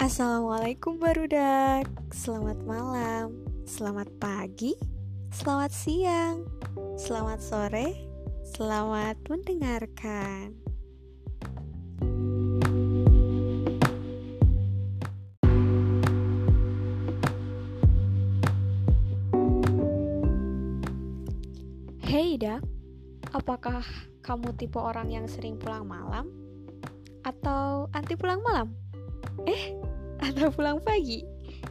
Assalamualaikum barudak. Selamat malam, selamat pagi, selamat siang, selamat sore, selamat mendengarkan. Hey dak, apakah kamu tipe orang yang sering pulang malam? Atau anti pulang malam? Atau pulang pagi?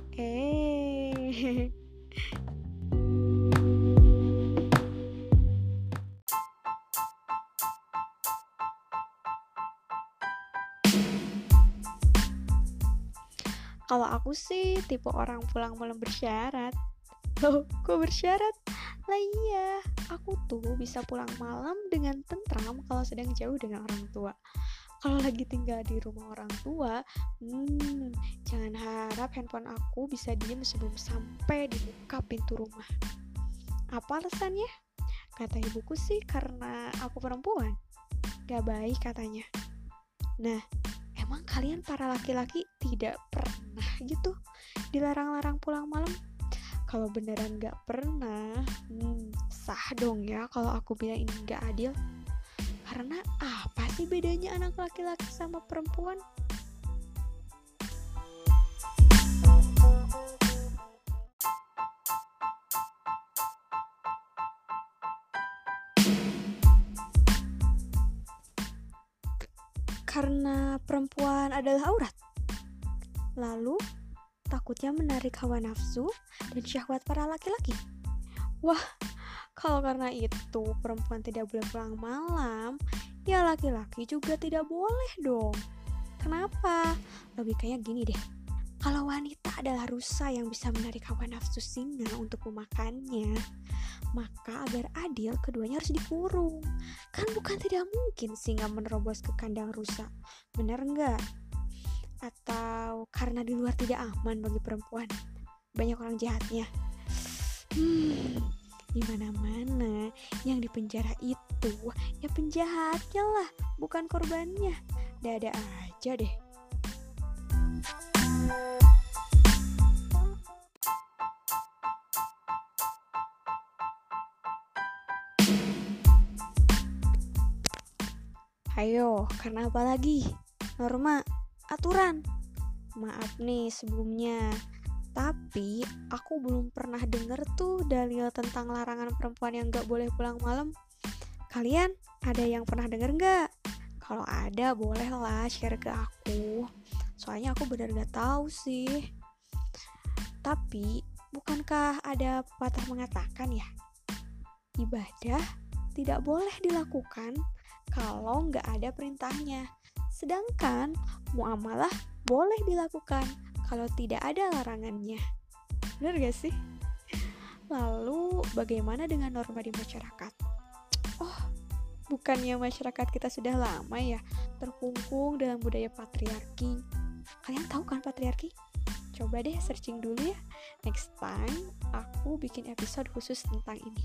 Kalau aku sih tipe orang pulang malam bersyarat. Loh, kok bersyarat? Lah iya, aku tuh bisa pulang malam dengan tentram kalau sedang jauh dengan orang tua. Kalau lagi tinggal di rumah orang tua, jangan harap handphone aku bisa diem sebelum sampai dibuka pintu rumah. Apa alasannya? Kata ibuku sih karena aku perempuan. Gak baik katanya. Nah, emang kalian para laki-laki tidak pernah gitu dilarang-larang pulang malam? Kalau beneran gak pernah, sah dong ya kalau aku bilang ini gak adil. Karena apa sih bedanya anak laki-laki sama perempuan? Karena perempuan adalah aurat. Lalu, takutnya menarik hawa nafsu dan syahwat para laki-laki. Wah, kalau karena itu perempuan tidak boleh pulang malam, ya laki-laki juga tidak boleh dong. Kenapa? Logikanya gini deh. Kalau wanita adalah rusa yang bisa menarik hawa nafsu singa untuk memakannya, maka agar adil keduanya harus dikurung. Kan bukan tidak mungkin singa menerobos ke kandang rusa. Benar nggak? Atau karena di luar tidak aman bagi perempuan, banyak orang jahatnya. Di mana-mana yang dipenjara itu ya penjahatnya lah, bukan korbannya. Ada aja deh. Ayo, karena apa lagi? Norma, aturan. Maaf nih sebelumnya, tapi aku belum pernah denger tuh dalil tentang larangan perempuan yang gak boleh pulang malam. Kalian ada yang pernah denger gak? Kalau ada boleh lah share ke aku. Soalnya aku benar gak tahu sih. Tapi bukankah ada pepatah mengatakan ya, ibadah tidak boleh dilakukan kalau nggak ada perintahnya. Sedangkan muamalah boleh dilakukan kalau tidak ada larangannya. Benar gak sih? Lalu bagaimana dengan norma di masyarakat? Oh, bukannya masyarakat kita sudah lama ya terkungkung dalam budaya patriarki. Kalian tahu kan patriarki? Coba deh searching dulu ya. Next time aku bikin episode khusus tentang ini.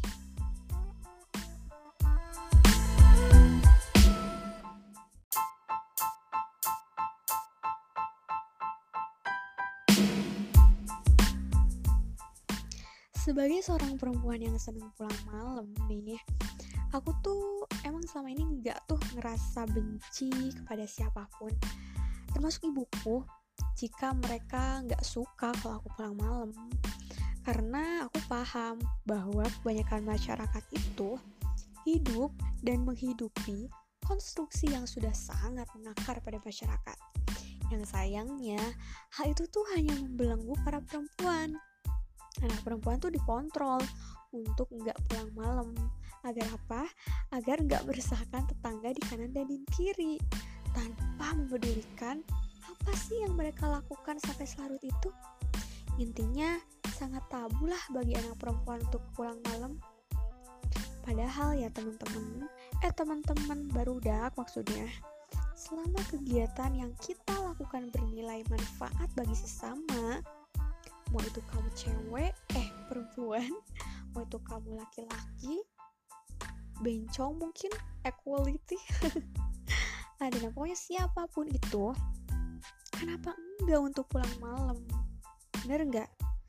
Sebagai seorang perempuan yang senang pulang malam nih, aku tuh emang selama ini gak tuh ngerasa benci kepada siapapun, termasuk ibuku, jika mereka gak suka kalau aku pulang malam. Karena aku paham bahwa kebanyakan masyarakat itu hidup dan menghidupi konstruksi yang sudah sangat mengakar pada masyarakat. Yang sayangnya, hal itu tuh hanya membelenggu para perempuan. Anak perempuan tuh dikontrol untuk nggak pulang malam. Agar apa? Agar nggak meresahkan tetangga di kanan dan di kiri, tanpa mempedulikan apa sih yang mereka lakukan sampai selarut itu. Intinya sangat tabu lah bagi anak perempuan untuk pulang malam. Padahal ya teman-teman barudak maksudnya, selama kegiatan yang kita lakukan bernilai manfaat bagi sesama, mau itu kamu perempuan, mau itu kamu laki-laki, bencong mungkin, equality, dan pokoknya siapapun itu, kenapa enggak untuk pulang malam? Bener nggak?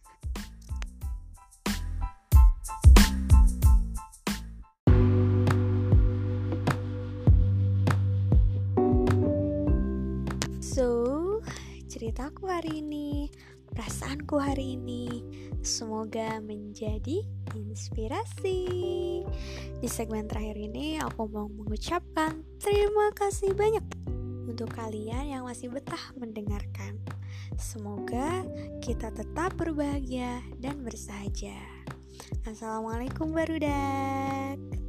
So, ceritaku hari ini, perasaanku hari ini, semoga menjadi inspirasi. Di segmen terakhir ini, aku mau mengucapkan terima kasih banyak untuk kalian yang masih betah mendengarkan. Semoga kita tetap berbahagia dan bersahaja. Assalamualaikum barudak.